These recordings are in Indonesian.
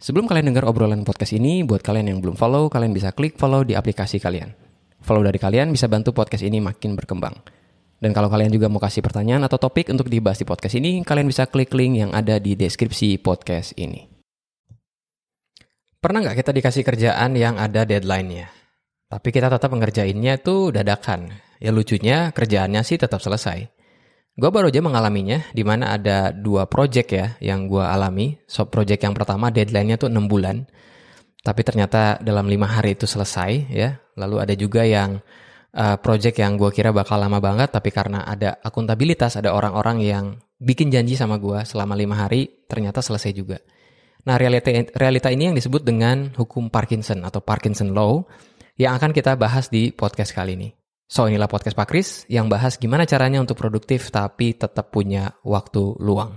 Sebelum kalian dengar obrolan podcast ini, buat kalian yang belum follow, kalian bisa klik follow di aplikasi kalian. Follow dari kalian bisa bantu podcast ini makin berkembang. Dan kalau kalian juga mau kasih pertanyaan atau topik untuk dibahas di podcast ini, kalian bisa klik link yang ada di deskripsi podcast ini. Pernah nggak kita dikasih kerjaan yang ada deadline-nya? Tapi kita tetap mengerjainnya tuh dadakan. Ya lucunya kerjaannya sih tetap selesai. Gue baru aja mengalaminya, di mana ada 2 project ya yang gue alami. So, project yang pertama deadline-nya tuh 6 bulan. Tapi ternyata dalam 5 hari itu selesai ya. Lalu ada juga yang project yang gue kira bakal lama banget, tapi karena ada akuntabilitas, ada orang-orang yang bikin janji sama gue selama 5 hari, ternyata selesai juga. Nah, realita ini yang disebut dengan hukum Parkinson atau Parkinson Law yang akan kita bahas di podcast kali ini. So, inilah podcast Pak Kris yang bahas gimana caranya untuk produktif tapi tetap punya waktu luang.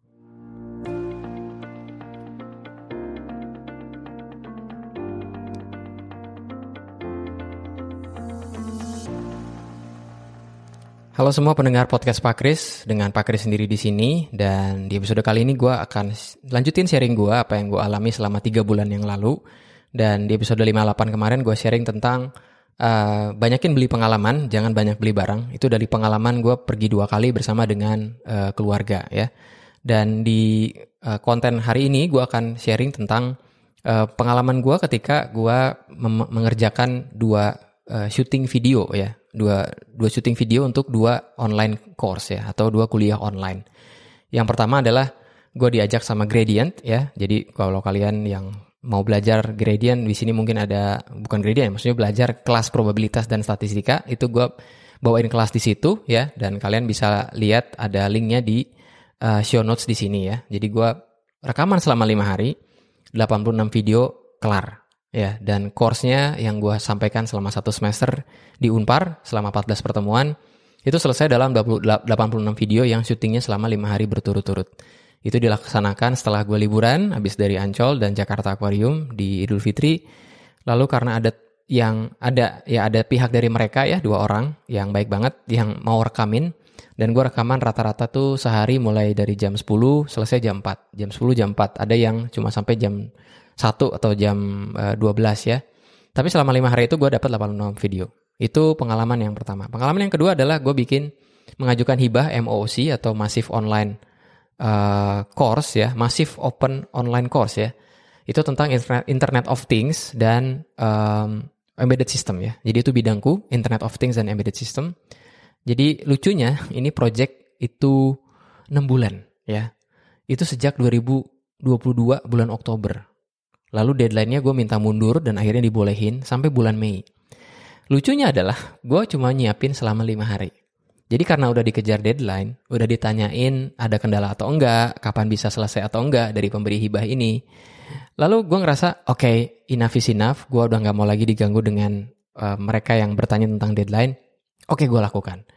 Halo semua pendengar podcast Pak Kris, dengan Pak Kris sendiri di sini, dan di episode kali ini gue akan lanjutin sharing gue apa yang gue alami selama 3 bulan yang lalu. Dan di episode 58 kemarin gue sharing tentang banyakin beli pengalaman, jangan banyak beli barang. Itu dari pengalaman gue pergi 2 kali bersama dengan keluarga ya. Dan di konten hari ini gue akan sharing tentang pengalaman gue ketika gue mengerjakan 2 syuting video ya. 2 syuting video untuk 2 online course ya, atau 2 kuliah online. Yang pertama adalah gue diajak sama Gradient ya. Jadi kalau kalian yang mau belajar gradient, di sini mungkin ada, bukan gradient, maksudnya belajar kelas probabilitas dan statistika, itu gue bawain kelas di situ ya, dan kalian bisa lihat ada linknya di show notes di sini ya. Jadi gue rekaman selama 5 hari, 86 video kelar ya, dan course-nya yang gue sampaikan selama 1 semester di Unpar selama 14 pertemuan itu selesai dalam 86 video yang syutingnya selama 5 hari berturut-turut. Itu dilaksanakan setelah gue liburan habis dari Ancol dan Jakarta Aquarium di Idul Fitri. Lalu karena ada pihak dari mereka ya, 2 orang yang baik banget yang mau rekamin, dan gue rekaman rata-rata tuh sehari mulai dari jam 10 selesai jam 4. Jam 10 jam 4, ada yang cuma sampai jam 1 atau jam 12 ya. Tapi selama 5 hari itu gue dapat 86 video. Itu pengalaman yang pertama. Pengalaman yang kedua adalah gue mengajukan hibah MOOC atau Massive Online course ya, Massive Open Online Course ya. Itu tentang Internet of Things dan Embedded System ya. Jadi itu bidangku, Internet of Things dan Embedded System. Jadi lucunya ini project itu 6 bulan ya. Itu sejak 2022 bulan Oktober. Lalu deadline-nya gue minta mundur dan akhirnya dibolehin sampai bulan Mei. Lucunya adalah gue cuma nyiapin selama 5 hari. Jadi karena udah dikejar deadline, udah ditanyain ada kendala atau enggak, kapan bisa selesai atau enggak dari pemberi hibah ini. Lalu gue ngerasa, oke, enough is enough, gue udah gak mau lagi diganggu dengan mereka yang bertanya tentang deadline. Oke, gue lakukan.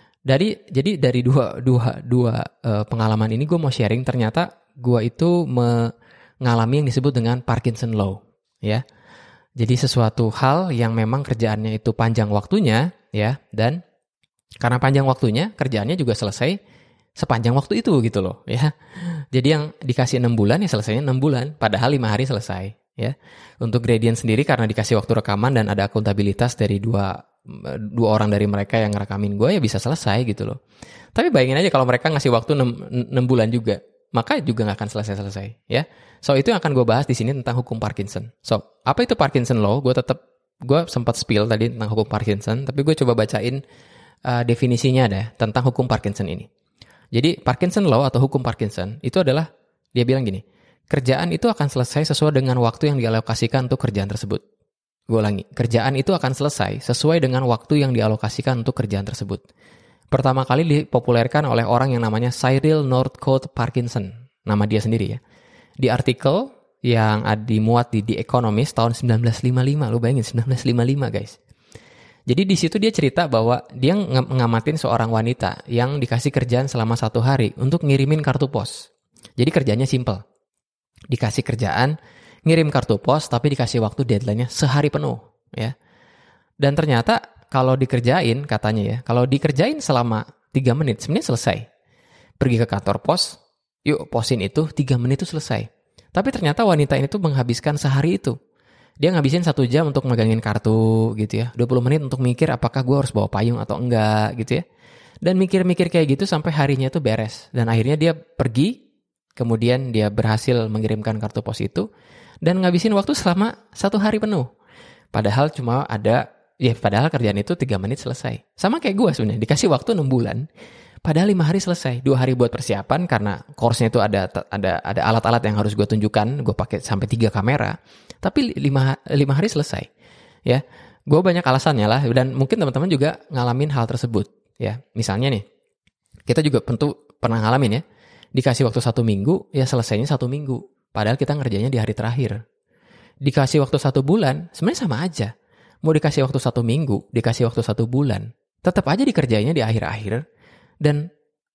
Jadi dari dua pengalaman ini gue mau sharing, ternyata gue itu mengalami yang disebut dengan Parkinson Law. Ya. Jadi sesuatu hal yang memang kerjaannya itu panjang waktunya, ya, dan karena panjang waktunya, kerjaannya juga selesai sepanjang waktu itu gitu loh ya. Jadi yang dikasih 6 bulan ya selesainya 6 bulan, padahal 5 hari selesai ya. Untuk Gradient sendiri karena dikasih waktu rekaman dan ada akuntabilitas dari dua orang dari mereka yang ngerekamin gue ya bisa selesai gitu loh. Tapi bayangin aja kalau mereka ngasih waktu 6 bulan juga, maka juga gak akan selesai-selesai ya. So itu yang akan gue bahas di sini tentang hukum Parkinson. So apa itu Parkinson Law? Gue sempat spill tadi tentang hukum Parkinson, tapi gue coba bacain definisinya ada tentang hukum Parkinson ini. Jadi Parkinson Law atau hukum Parkinson itu adalah, dia bilang gini, kerjaan itu akan selesai sesuai dengan waktu yang dialokasikan untuk kerjaan tersebut. Gue ulangi, kerjaan itu akan selesai sesuai dengan waktu yang dialokasikan untuk kerjaan tersebut. Pertama kali dipopulerkan oleh orang yang namanya Cyril Northcote Parkinson, nama dia sendiri ya. Di artikel yang dimuat di The Economist tahun 1955, lu bayangin 1955 guys. Jadi di situ dia cerita bahwa dia ngamatin seorang wanita yang dikasih kerjaan selama 1 hari untuk ngirimin kartu pos. Jadi kerjanya simple. Dikasih kerjaan, ngirim kartu pos, tapi dikasih waktu deadline-nya sehari penuh. Ya. Dan ternyata kalau dikerjain, katanya ya, kalau dikerjain selama 3 menit, sebenarnya selesai. Pergi ke kantor pos, yuk posin itu, 3 menit itu selesai. Tapi ternyata wanita ini tuh menghabiskan sehari itu. Dia ngabisin 1 jam untuk megangin kartu gitu ya. 20 menit untuk mikir apakah gue harus bawa payung atau enggak gitu ya. Dan mikir-mikir kayak gitu sampai harinya itu beres. Dan akhirnya dia pergi, kemudian dia berhasil mengirimkan kartu pos itu. Dan ngabisin waktu selama 1 hari penuh. Padahal padahal kerjaan itu 3 menit selesai. Sama kayak gue sebenarnya, dikasih waktu 6 bulan. Padahal 5 hari selesai, 2 hari buat persiapan karena course-nya itu ada alat-alat yang harus gue tunjukkan, gue pakai sampai 3 kamera. Tapi 5 hari selesai. Ya, gue banyak alasannya lah dan mungkin teman-teman juga ngalamin hal tersebut. Ya, misalnya nih, kita juga tentu pernah ngalamin ya, dikasih waktu 1 minggu, ya selesainya 1 minggu. Padahal kita ngerjainnya di hari terakhir. Dikasih waktu 1 bulan, sebenarnya sama aja. Mau dikasih waktu 1 minggu, dikasih waktu 1 bulan, tetap aja dikerjainnya di akhir-akhir. Dan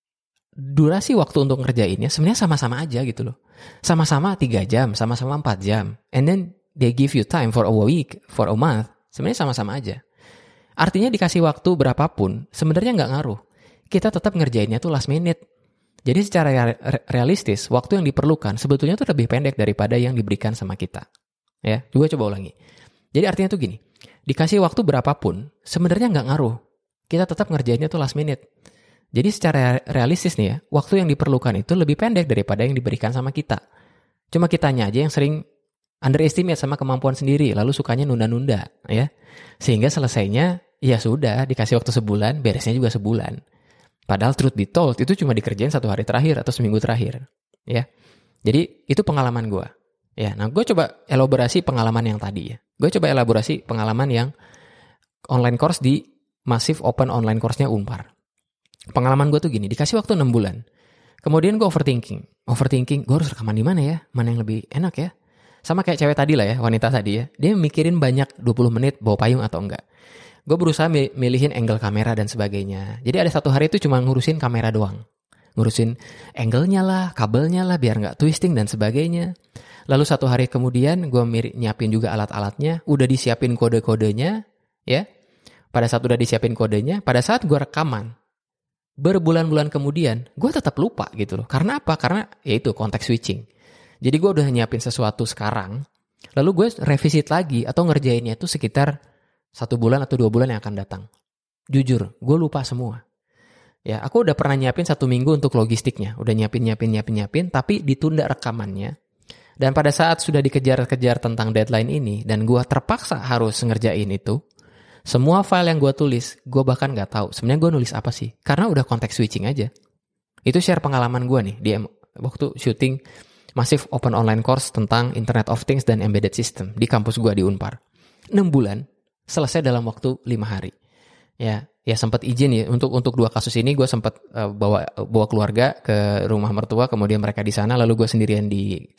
durasi waktu untuk ngerjainnya sebenarnya sama-sama aja gitu loh. Sama-sama 3 jam, sama-sama 4 jam. And then they give you time for a week, for a month. Sebenarnya sama-sama aja. Artinya dikasih waktu berapapun, sebenarnya nggak ngaruh. Kita tetap ngerjainnya tuh last minute. Jadi secara realistis, waktu yang diperlukan sebetulnya tuh lebih pendek daripada yang diberikan sama kita. Ya, juga coba ulangi. Jadi artinya tuh gini, dikasih waktu berapapun, sebenarnya nggak ngaruh. Kita tetap ngerjainnya tuh last minute. Jadi secara realistis nih ya, waktu yang diperlukan itu lebih pendek daripada yang diberikan sama kita. Cuma kitanya aja yang sering underestimate sama kemampuan sendiri, lalu sukanya nunda-nunda ya. Sehingga selesainya, ya sudah, dikasih waktu sebulan, beresnya juga sebulan. Padahal truth be told, itu cuma dikerjain 1 hari terakhir atau seminggu terakhir. Ya. Jadi itu pengalaman gue. Ya, nah gue coba elaborasi pengalaman yang tadi ya. Gue coba elaborasi pengalaman yang online course di Massive Open Online Course-nya Unpar. Pengalaman gue tuh gini, dikasih waktu 6 bulan. Kemudian gue overthinking, gue harus rekaman di mana ya? Mana yang lebih enak ya? Sama kayak cewek tadi lah ya, wanita tadi ya. Dia mikirin banyak 20 menit bawa payung atau enggak. Gue berusaha milihin angle kamera dan sebagainya. Jadi ada 1 hari itu cuma ngurusin kamera doang. Ngurusin angle-nya lah, kabelnya lah, biar nggak twisting dan sebagainya. Lalu 1 hari kemudian gue nyiapin juga alat-alatnya, udah disiapin kode-kodenya, ya. Pada saat udah disiapin kodenya, pada saat gue rekaman, berbulan-bulan kemudian, gue tetap lupa gitu loh. Karena apa? Karena ya itu konteks switching. Jadi gue udah nyiapin sesuatu sekarang, lalu gue revisit lagi atau ngerjainnya itu sekitar 1 bulan atau 2 bulan yang akan datang. Jujur, gue lupa semua. Ya, aku udah pernah nyiapin 1 minggu untuk logistiknya, udah nyiapin, tapi ditunda rekamannya. Dan pada saat sudah dikejar-kejar tentang deadline ini, dan gue terpaksa harus ngerjain itu, semua file yang gue tulis, gue bahkan gak tahu sebenarnya gue nulis apa sih. Karena udah konteks switching aja. Itu share pengalaman gue nih di waktu syuting Massive Open Online Course tentang Internet of Things dan Embedded System di kampus gue di Unpar. 6 bulan, selesai dalam waktu 5 hari. Ya sempat izin ya untuk 2 kasus ini gue sempat bawa keluarga ke rumah mertua, kemudian mereka di sana, lalu gue sendirian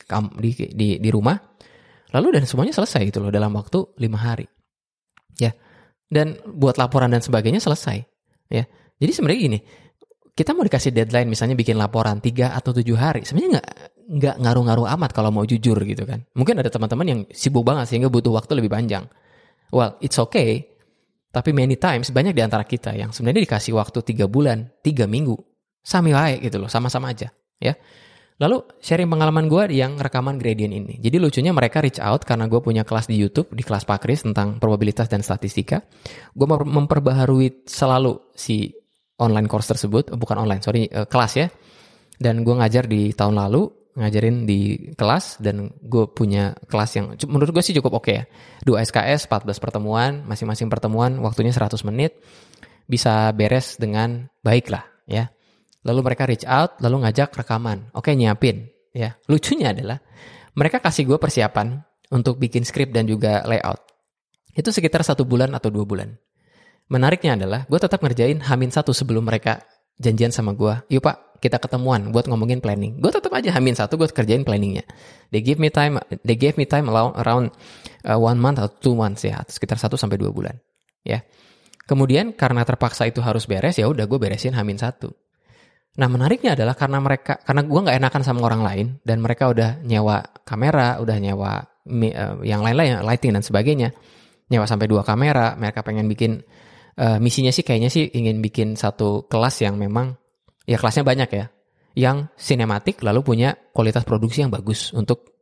di rumah. Lalu dan semuanya selesai gitu loh dalam waktu 5 hari. Ya. Dan buat laporan dan sebagainya selesai. Ya. Jadi sebenarnya gini, kita mau dikasih deadline misalnya bikin laporan 3 atau 7 hari, sebenarnya nggak ngaruh-ngaruh amat kalau mau jujur gitu kan. Mungkin ada teman-teman yang sibuk banget sehingga butuh waktu lebih panjang. Well, it's okay. Tapi many times banyak di antara kita yang sebenarnya dikasih waktu 3 bulan, 3 minggu. Sami wae gitu loh, sama-sama aja. Ya. Lalu sharing pengalaman gue yang rekaman gradient ini. Jadi lucunya mereka reach out karena gue punya kelas di YouTube, di kelas Pak Kris tentang probabilitas dan statistika. Gue memperbaharui selalu si online course tersebut, kelas ya. Dan gue ngajar di tahun lalu, ngajarin di kelas, dan gue punya kelas yang menurut gue sih cukup oke ya. 2 SKS, 14 pertemuan, masing-masing pertemuan waktunya 100 menit, bisa beres dengan baik lah ya. Lalu mereka reach out, lalu ngajak rekaman. Oke, nyiapin. Ya, lucunya adalah mereka kasih gue persiapan untuk bikin skrip dan juga layout. Itu sekitar 1 bulan atau 2 bulan. Menariknya adalah gue tetap ngerjain H-1 sebelum mereka janjian sama gue. Yuk Pak, kita ketemuan buat ngomongin planning. Gue tetap aja H-1 gue kerjain planningnya. They gave me time around 1 month atau 2 months ya, sekitar 1 sampai 2 bulan. Ya. Kemudian karena terpaksa itu harus beres, ya udah gue beresin H-1. Nah menariknya adalah karena gue nggak enakan sama orang lain dan mereka udah nyewa kamera, udah nyewa yang lain-lain, lighting dan sebagainya, nyewa sampai 2 kamera. Mereka pengen bikin misinya sih kayaknya sih ingin bikin satu kelas yang memang ya kelasnya banyak ya, yang sinematik lalu punya kualitas produksi yang bagus untuk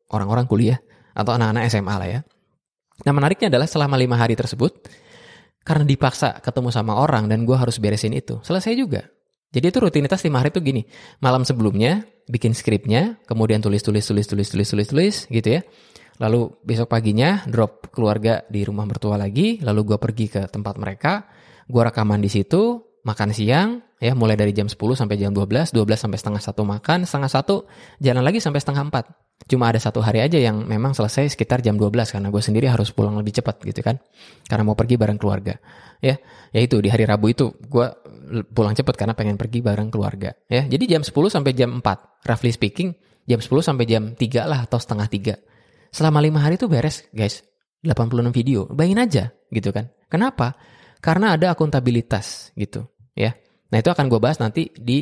orang-orang kuliah atau anak-anak SMA lah ya. Nah menariknya adalah selama 5 hari tersebut, karena dipaksa ketemu sama orang dan gue harus beresin itu, selesai juga. Jadi itu rutinitas 5 hari tuh gini, malam sebelumnya bikin skripnya, kemudian tulis gitu ya. Lalu besok paginya drop keluarga di rumah mertua lagi, lalu gue pergi ke tempat mereka, gue rekaman di situ, makan siang, ya mulai dari jam 10 sampai jam 12 sampai setengah 1 makan, setengah 1 jalan lagi sampai setengah 4. Cuma ada 1 hari aja yang memang selesai sekitar jam 12 karena gue sendiri harus pulang lebih cepat gitu kan. Karena mau pergi bareng keluarga. Ya itu di hari Rabu itu gue pulang cepat karena pengen pergi bareng keluarga. Ya, jadi jam 10 sampai jam 4, roughly speaking, jam 10 sampai jam 3 lah atau setengah 3. Selama 5 hari itu beres, guys. 86 video. Bayangin aja gitu kan. Kenapa? Karena ada akuntabilitas gitu, ya. Nah, itu akan gue bahas nanti di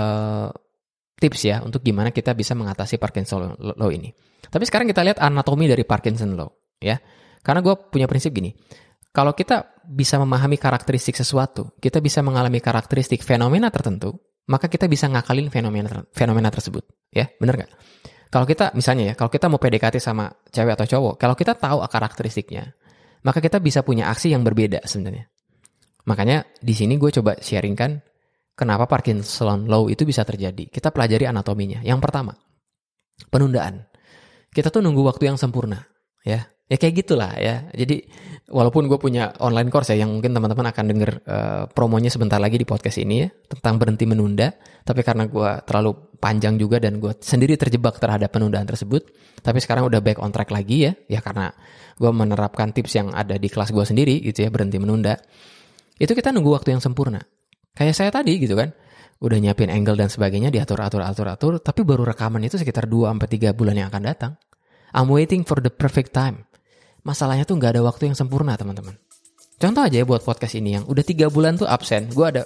tips ya untuk gimana kita bisa mengatasi Parkinson Law ini. Tapi sekarang kita lihat anatomi dari Parkinson Law, ya. Karena gue punya prinsip gini. Kalau kita bisa memahami karakteristik sesuatu, kita bisa mengalami karakteristik fenomena tertentu, maka kita bisa ngakalin fenomena tersebut, ya. Benar nggak? Kalau kita misalnya ya, kalau kita mau PDKT sama cewek atau cowok, kalau kita tahu karakteristiknya, maka kita bisa punya aksi yang berbeda sebenarnya. Makanya di sini gue coba sharingkan kenapa Parkinson Law itu bisa terjadi. Kita pelajari anatominya. Yang pertama, penundaan. Kita tuh nunggu waktu yang sempurna, ya. Ya kayak gitulah ya. Jadi walaupun gue punya online course ya yang mungkin teman-teman akan denger promonya sebentar lagi di podcast ini ya tentang berhenti menunda. Tapi karena gue terlalu panjang juga dan gue sendiri terjebak terhadap penundaan tersebut. Tapi sekarang udah back on track lagi ya. Ya karena gue menerapkan tips yang ada di kelas gue sendiri gitu ya, berhenti menunda. Itu kita nunggu waktu yang sempurna. Kayak saya tadi gitu kan. Udah nyiapin angle dan sebagainya, diatur. Tapi baru rekaman itu sekitar 2-3 bulan yang akan datang. I'm waiting for the perfect time. Masalahnya tuh gak ada waktu yang sempurna teman-teman. Contoh aja ya buat podcast ini yang udah 3 bulan tuh absen.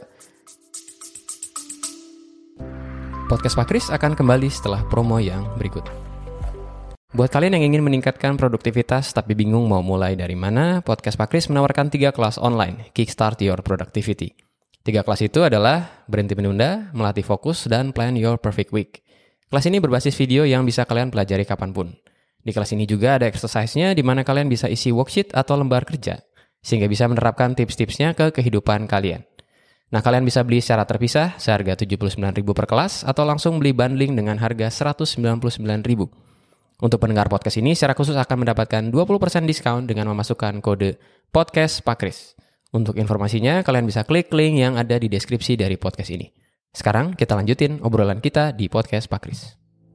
Podcast Pak Kris akan kembali setelah promo yang berikut. Buat kalian yang ingin meningkatkan produktivitas tapi bingung mau mulai dari mana, Podcast Pak Kris menawarkan 3 kelas online, Kickstart Your Productivity. 3 kelas itu adalah berhenti menunda, melatih fokus, dan plan your perfect week. Kelas ini berbasis video yang bisa kalian pelajari kapanpun. Di kelas ini juga ada exercise-nya di mana kalian bisa isi worksheet atau lembar kerja, sehingga bisa menerapkan tips-tipsnya ke kehidupan kalian. Nah, kalian bisa beli secara terpisah seharga Rp79.000 per kelas atau langsung beli bundling dengan harga Rp199.000. Untuk pendengar podcast ini secara khusus akan mendapatkan 20% diskon dengan memasukkan kode podcast Pak Kris. Untuk informasinya, kalian bisa klik link yang ada di deskripsi dari podcast ini. Sekarang kita lanjutin obrolan kita di podcast Pak Kris.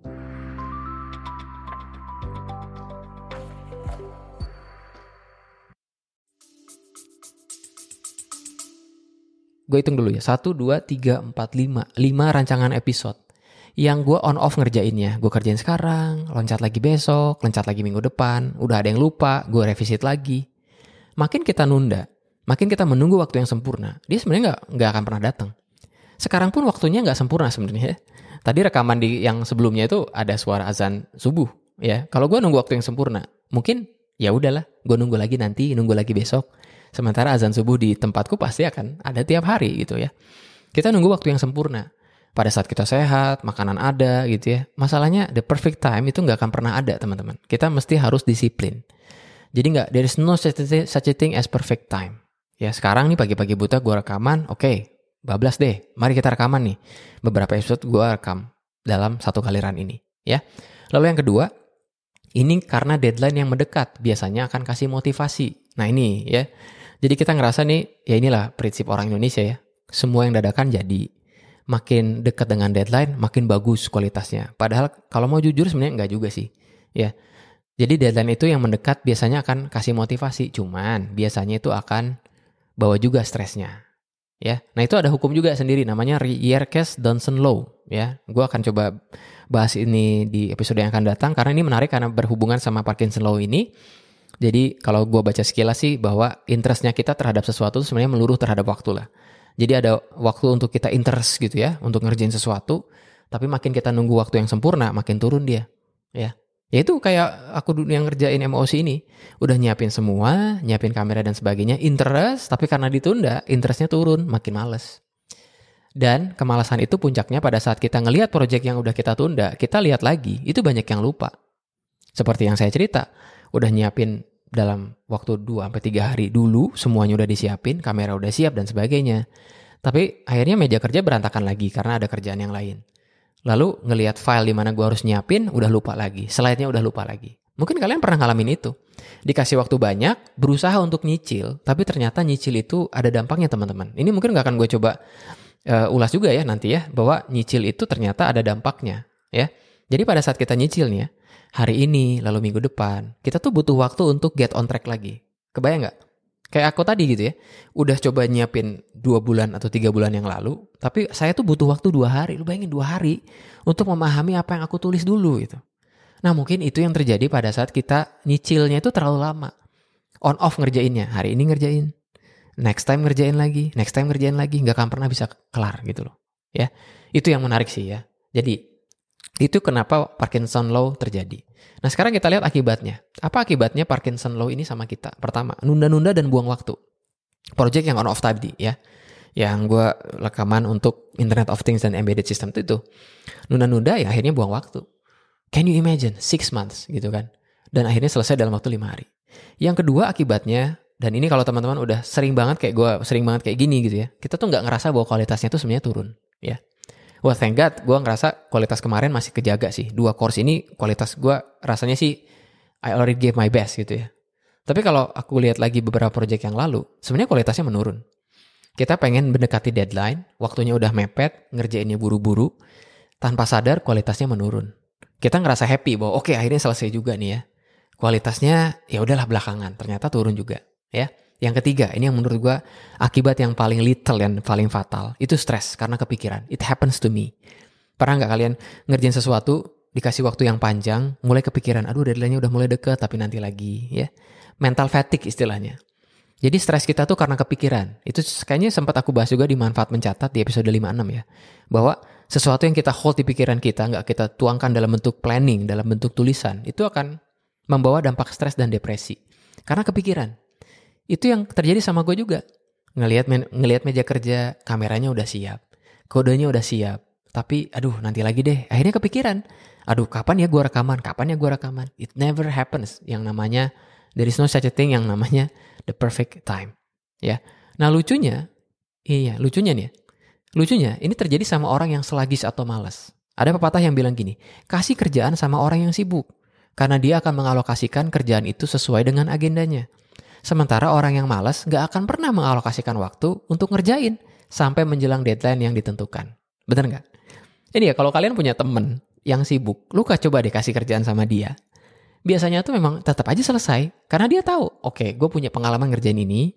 Gue hitung dulu ya, 1, 2, 3, 4, 5. 5 rancangan episode. Yang gue on off ngerjainnya. Gue kerjain sekarang, loncat lagi besok, loncat lagi minggu depan. Udah ada yang lupa, gue revisit lagi. Makin kita nunda, makin kita menunggu waktu yang sempurna. Dia sebenarnya nggak akan pernah datang. Sekarang pun waktunya nggak sempurna sebenarnya. Tadi rekaman di yang sebelumnya itu ada suara azan subuh. Ya, kalau gue nunggu waktu yang sempurna, mungkin ya udahlah, gue nunggu lagi nanti, nunggu lagi besok. Sementara azan subuh di tempatku pasti akan ada tiap hari gitu ya. Kita nunggu waktu yang sempurna. Pada saat kita sehat, makanan ada gitu ya. Masalahnya the perfect time itu nggak akan pernah ada teman-teman. Kita mesti harus disiplin. Jadi there is no such a thing as perfect time. Ya sekarang nih pagi-pagi buta gue rekaman, oke, bablas deh. Mari kita rekaman nih. Beberapa episode gue rekam dalam 1 kali run ini. Ya. Lalu yang kedua, ini karena deadline yang mendekat biasanya akan kasih motivasi. Nah ini ya. Jadi kita ngerasa nih, ya inilah prinsip orang Indonesia ya. Semua yang dadakan jadi. Makin dekat dengan deadline, makin bagus kualitasnya. Padahal kalau mau jujur sebenarnya enggak juga sih. Ya. Jadi deadline itu yang mendekat biasanya akan kasih motivasi. Cuman biasanya itu akan bawa juga stresnya. Ya. Nah itu ada hukum juga sendiri namanya Yerkes-Dodson Law. Ya. Gue akan coba bahas ini di episode yang akan datang. Karena ini menarik karena berhubungan sama Parkinson Law ini. Jadi kalau gue baca sekilas sih bahwa interestnya kita terhadap sesuatu itu sebenarnya meluruh terhadap waktu lah. Jadi ada waktu untuk kita interest gitu ya, untuk ngerjain sesuatu. Tapi makin kita nunggu waktu yang sempurna, makin turun dia. Ya itu kayak aku dulu yang ngerjain MOC ini. Udah nyiapin semua, nyiapin kamera dan sebagainya, interest. Tapi karena ditunda, interestnya turun, makin males. Dan kemalasan itu puncaknya pada saat kita ngelihat project yang udah kita tunda, kita lihat lagi, itu banyak yang lupa. Seperti yang saya cerita, udah nyiapin dalam waktu 2-3 hari dulu, semuanya udah disiapin, kamera udah siap dan sebagainya. Tapi akhirnya meja kerja berantakan lagi karena ada kerjaan yang lain. Lalu ngelihat file di mana gue harus nyiapin, udah lupa lagi. Slide-nya udah lupa lagi. Mungkin kalian pernah ngalamin itu. Dikasih waktu banyak, berusaha untuk nyicil, tapi ternyata nyicil itu ada dampaknya teman-teman. Ini mungkin gak akan gue coba ulas juga ya nanti ya, bahwa nyicil itu ternyata ada dampaknya. Ya. Jadi pada saat kita nyicil nih ya, hari ini, lalu minggu depan, kita tuh butuh waktu untuk get on track lagi. Kebayang gak? Kayak aku tadi gitu ya, udah coba nyiapin 2 bulan atau 3 bulan yang lalu, tapi saya tuh butuh waktu 2 hari. Lu bayangin 2 hari untuk memahami apa yang aku tulis dulu gitu. Nah mungkin itu yang terjadi pada saat kita nyicilnya itu terlalu lama. On off ngerjainnya, hari ini ngerjain, next time ngerjain lagi, gak akan pernah bisa kelar gitu loh. Ya, itu yang menarik sih ya. Jadi itu kenapa Parkinson Law terjadi. Nah sekarang kita lihat akibatnya. Apa akibatnya Parkinson Law ini sama kita? Pertama, nunda-nunda dan buang waktu. Project yang on-off tadi ya. Yang gue rekaman untuk Internet of Things dan Embedded System itu. Nunda-nunda ya akhirnya buang waktu. Can you imagine? 6 months gitu kan. Dan akhirnya selesai dalam waktu 5 hari. Yang kedua akibatnya, dan ini kalau teman-teman udah sering banget kayak gue, sering banget kayak gini gitu ya. Kita tuh gak ngerasa bahwa kualitasnya tuh sebenarnya turun ya. Wah thank God, gue ngerasa kualitas kemarin masih kejaga sih. 2 course ini kualitas gue rasanya sih I already gave my best gitu ya. Tapi kalau aku lihat lagi beberapa project yang lalu, sebenarnya kualitasnya menurun. Kita pengen mendekati deadline, waktunya udah mepet, ngerjainnya buru-buru, tanpa sadar kualitasnya menurun. Kita ngerasa happy bahwa oke, akhirnya selesai juga nih ya. Kualitasnya ya udahlah belakangan, ternyata turun juga ya. Yang ketiga, ini yang menurut gue akibat yang paling little dan paling fatal, itu stres karena kepikiran. It happens to me. Pernah gak kalian ngerjain sesuatu, dikasih waktu yang panjang, mulai kepikiran, aduh deadline-nya udah mulai deket tapi nanti lagi ya. Mental fatigue istilahnya. Jadi stres kita tuh karena kepikiran. Itu kayaknya sempat aku bahas juga di manfaat mencatat di episode 56 ya. Bahwa sesuatu yang kita hold di pikiran kita, gak kita tuangkan dalam bentuk planning, dalam bentuk tulisan, itu akan membawa dampak stres dan depresi. Karena kepikiran. Itu yang terjadi sama gue juga. Ngelihat meja kerja, kameranya udah siap, kodenya udah siap. Tapi aduh nanti lagi deh. Akhirnya kepikiran. Aduh kapan ya gue rekaman? It never happens. Yang namanya, there is no such a thing yang namanya the perfect time. Ya. Nah lucunya nih. Lucunya ini terjadi sama orang yang selagis atau malas. Ada pepatah yang bilang gini, kasih kerjaan sama orang yang sibuk. Karena dia akan mengalokasikan kerjaan itu sesuai dengan agendanya. Sementara orang yang malas gak akan pernah mengalokasikan waktu untuk ngerjain sampai menjelang deadline yang ditentukan. Bener gak? Ini ya kalau kalian punya temen yang sibuk, lu coba deh kasih kerjaan sama dia. Biasanya tuh memang tetap aja selesai. Karena dia tahu, oke, gue punya pengalaman ngerjain ini.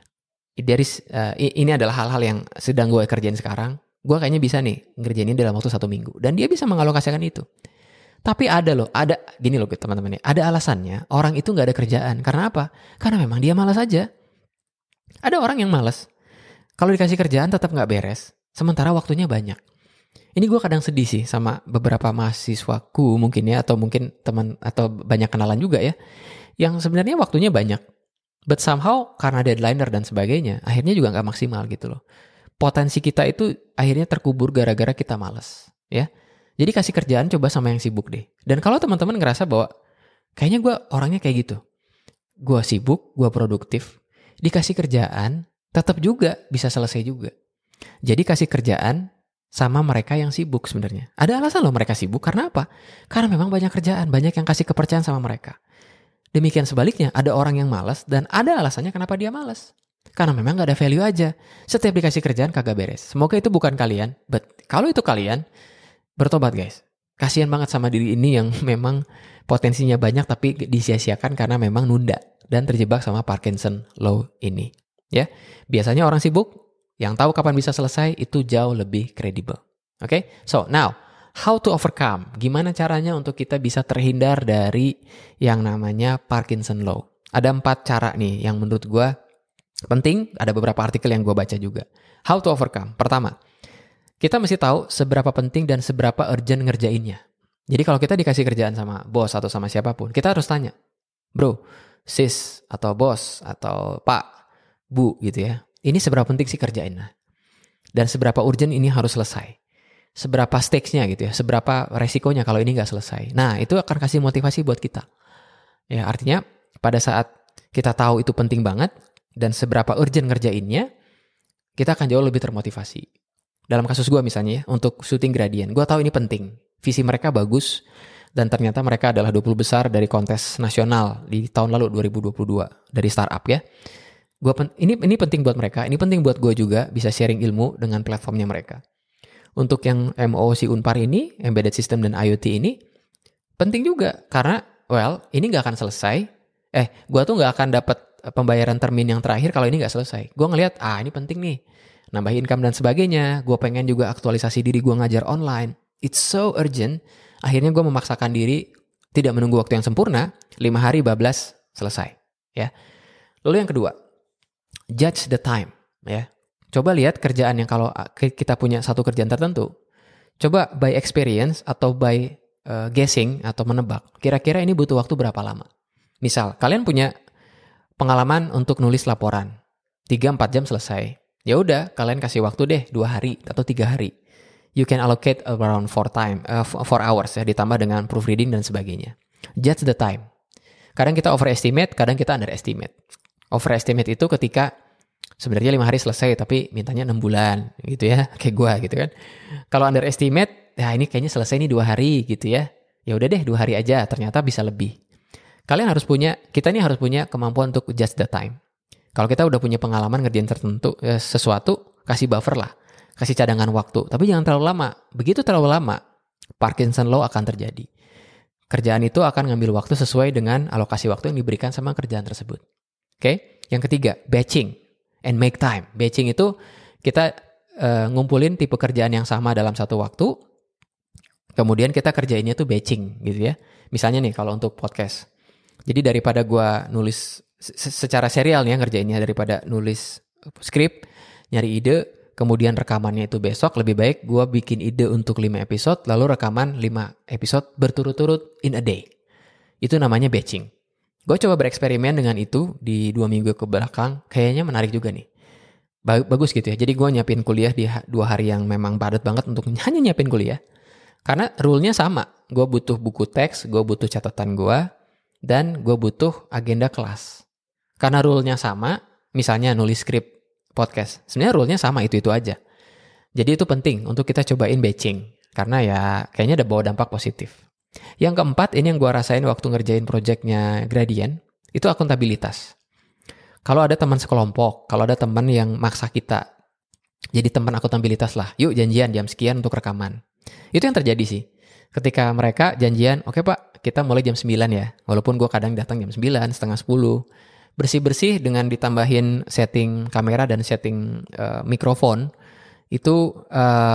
Ini adalah hal-hal yang sedang gue kerjain sekarang. Gue kayaknya bisa nih ngerjain ini dalam waktu 1 minggu. Dan dia bisa mengalokasikan itu. Tapi ada gini loh teman-teman ya, ada alasannya orang itu gak ada kerjaan. Karena apa? Karena memang dia malas aja. Ada orang yang malas. Kalau dikasih kerjaan tetap gak beres, sementara waktunya banyak. Ini gue kadang sedih sih sama beberapa mahasiswaku mungkin ya, atau mungkin teman atau banyak kenalan juga ya, yang sebenarnya waktunya banyak. But somehow karena deadliner dan sebagainya, akhirnya juga gak maksimal gitu loh. Potensi kita itu akhirnya terkubur gara-gara kita malas ya. Jadi kasih kerjaan coba sama yang sibuk deh. Dan kalau teman-teman ngerasa bahwa kayaknya gue orangnya kayak gitu. Gue sibuk, gue produktif. Dikasih kerjaan, tetap juga bisa selesai juga. Jadi kasih kerjaan sama mereka yang sibuk sebenarnya. Ada alasan loh mereka sibuk, karena apa? Karena memang banyak kerjaan, banyak yang kasih kepercayaan sama mereka. Demikian sebaliknya, ada orang yang malas dan ada alasannya kenapa dia malas. Karena memang gak ada value aja. Setiap dikasih kerjaan kagak beres. Semoga itu bukan kalian, but kalau itu kalian, bertobat guys. Kasian banget sama diri ini yang memang potensinya banyak tapi disia-siakan karena memang nunda dan terjebak sama Parkinson Law ini. Ya, biasanya orang sibuk yang tahu kapan bisa selesai itu jauh lebih kredibel. Oke, so now how to overcome? Gimana caranya untuk kita bisa terhindar dari yang namanya Parkinson Law? Ada 4 cara nih yang menurut gue penting. Ada beberapa artikel yang gue baca juga. How to overcome? Pertama, kita mesti tahu seberapa penting dan seberapa urgent ngerjainnya. Jadi kalau kita dikasih kerjaan sama bos atau sama siapapun, kita harus tanya, bro, sis, atau bos, atau pak, bu gitu ya. Ini seberapa penting sih kerjainnya? Dan seberapa urgent ini harus selesai? seberapa stakes-nya gitu ya, seberapa resikonya kalau ini nggak selesai. Nah, itu akan kasih motivasi buat kita. Ya, artinya pada saat kita tahu itu penting banget dan seberapa urgent ngerjainnya, kita akan jauh lebih termotivasi. Dalam kasus gue misalnya ya, untuk syuting Gradient, gue tahu ini penting. Visi mereka bagus, dan ternyata mereka adalah 20 besar dari kontes nasional di tahun lalu 2022 dari startup ya. Ini penting buat mereka, ini penting buat gue juga bisa sharing ilmu dengan platformnya mereka. Untuk yang MOOC Unpar ini, Embedded System dan IoT ini, penting juga karena, ini nggak akan selesai. Gue tuh nggak akan dapat pembayaran termin yang terakhir kalau ini nggak selesai. Gue ngelihat, ini penting nih, nambah income dan sebagainya. Gue pengen juga aktualisasi diri gue ngajar online. It's so urgent. Akhirnya gue memaksakan diri tidak menunggu waktu yang sempurna. 5 hari bablas selesai. Ya. Lalu yang kedua, judge the time. Ya. Coba lihat kerjaan yang kalau kita punya satu kerjaan tertentu. Coba by experience atau by guessing atau menebak. Kira-kira ini butuh waktu berapa lama. Misal, kalian punya pengalaman untuk nulis laporan. 3-4 jam selesai. Ya udah, kalian kasih waktu deh 2 hari atau 3 hari. You can allocate around 4 hours ya, ditambah dengan proofreading dan sebagainya. Judge the time. Kadang kita overestimate, kadang kita underestimate. Overestimate itu ketika sebenarnya 5 hari selesai tapi mintanya 6 bulan gitu ya, kayak gue gitu kan. Kalau underestimate, ini kayaknya selesai nih 2 hari gitu ya. Ya udah deh 2 hari aja, ternyata bisa lebih. Kita ini harus punya kemampuan untuk judge the time. Kalau kita udah punya pengalaman ngerjain sesuatu, kasih buffer lah. Kasih cadangan waktu. Tapi jangan terlalu lama. Begitu terlalu lama, Parkinson Law akan terjadi. Kerjaan itu akan ngambil waktu sesuai dengan alokasi waktu yang diberikan sama kerjaan tersebut. Oke? Yang ketiga, batching and make time. Batching itu kita ngumpulin tipe kerjaan yang sama dalam satu waktu. Kemudian kita kerjainnya tuh batching gitu ya. Misalnya nih kalau untuk podcast. Jadi daripada gue nulis secara serial nih ya ngerjainnya, daripada nulis skrip, nyari ide, kemudian rekamannya itu besok, lebih baik gue bikin ide untuk 5 episode, lalu rekaman 5 episode berturut-turut in a day. Itu namanya batching. Gue coba bereksperimen dengan itu di 2 minggu ke belakang, kayaknya menarik juga nih. Bagus gitu ya, jadi gue nyiapin kuliah di 2 hari yang memang padat banget untuk hanya nyiapin kuliah. Karena rule-nya sama, gue butuh buku teks, gue butuh catatan gue, dan gue butuh agenda kelas. Karena rule-nya sama, misalnya nulis skrip podcast. Sebenarnya rule-nya sama, itu aja. Jadi itu penting untuk kita cobain batching. Karena ya kayaknya ada bawa dampak positif. Yang keempat, ini yang gue rasain waktu ngerjain projectnya Gradient, itu akuntabilitas. Kalau ada teman sekelompok, kalau ada teman yang maksa kita, jadi teman akuntabilitas lah. Yuk janjian jam sekian untuk rekaman. Itu yang terjadi sih. Ketika mereka janjian, oke Pak, kita mulai jam 9 ya. Walaupun gue kadang datang jam 9, setengah 10. Bersih-bersih dengan ditambahin setting kamera dan setting mikrofon. Itu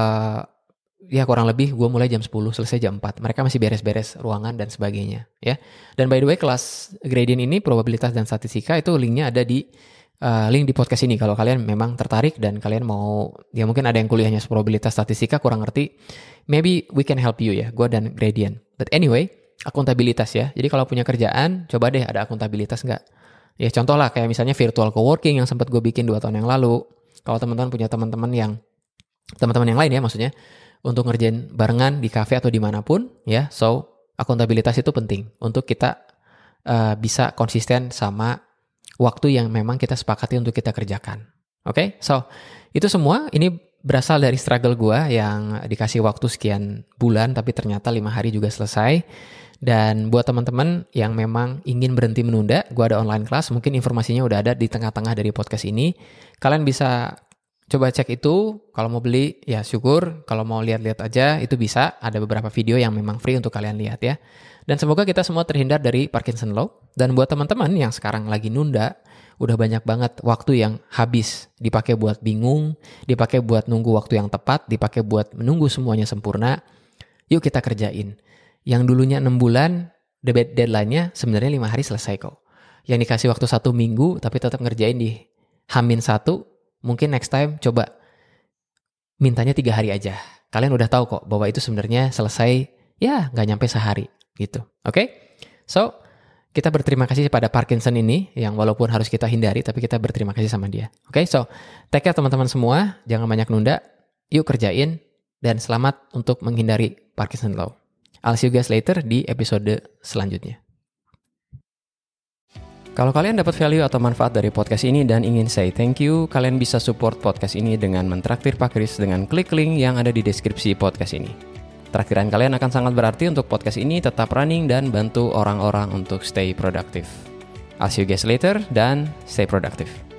ya kurang lebih gue mulai jam 10, selesai jam 4. Mereka masih beres-beres ruangan dan sebagainya. Ya. Dan by the way, kelas Gradient ini, probabilitas dan statistika, itu linknya ada di link di podcast ini. Kalau kalian memang tertarik dan kalian mau, ya mungkin ada yang kuliahnya probabilitas statistika kurang ngerti, maybe we can help you ya, gue dan Gradient. But anyway, akuntabilitas ya. Jadi kalau punya kerjaan, coba deh ada akuntabilitas nggak? Ya contoh lah kayak misalnya virtual coworking yang sempat gue bikin 2 tahun yang lalu. Kalau teman-teman punya teman-teman yang lain ya maksudnya, untuk ngerjain barengan di kafe atau dimanapun ya. So akuntabilitas itu penting untuk kita bisa konsisten sama waktu yang memang kita sepakati untuk kita kerjakan. Oke? So itu semua ini berasal dari struggle gue yang dikasih waktu sekian bulan tapi ternyata 5 hari juga selesai. Dan buat teman-teman yang memang ingin berhenti menunda, gue ada online class, mungkin informasinya udah ada di tengah-tengah dari podcast ini. Kalian bisa coba cek itu, kalau mau beli ya syukur, kalau mau lihat-lihat aja itu bisa, ada beberapa video yang memang free untuk kalian lihat ya. Dan semoga kita semua terhindar dari Parkinson Law. Dan buat teman-teman yang sekarang lagi nunda, udah banyak banget waktu yang habis dipakai buat bingung, dipakai buat nunggu waktu yang tepat, dipakai buat menunggu semuanya sempurna. Yuk kita kerjain. Yang dulunya 6 bulan, deadline-nya sebenarnya 5 hari selesai kok. Yang dikasih waktu 1 minggu, tapi tetap ngerjain di H-1, mungkin next time coba mintanya 3 hari aja. Kalian udah tahu kok bahwa itu sebenarnya selesai, ya nggak nyampe sehari gitu. Oke? So, kita berterima kasih pada Parkinson ini, yang walaupun harus kita hindari, tapi kita berterima kasih sama dia. Oke? So, take care teman-teman semua, jangan banyak nunda, yuk kerjain, dan selamat untuk menghindari Parkinson Law. I'll see you guys later di episode selanjutnya. Kalau kalian dapat value atau manfaat dari podcast ini dan ingin say thank you, kalian bisa support podcast ini dengan mentraktir Pak Kris dengan klik link yang ada di deskripsi podcast ini. Traktiran kalian akan sangat berarti untuk podcast ini tetap running dan bantu orang-orang untuk stay productive. I'll see you guys later dan stay productive.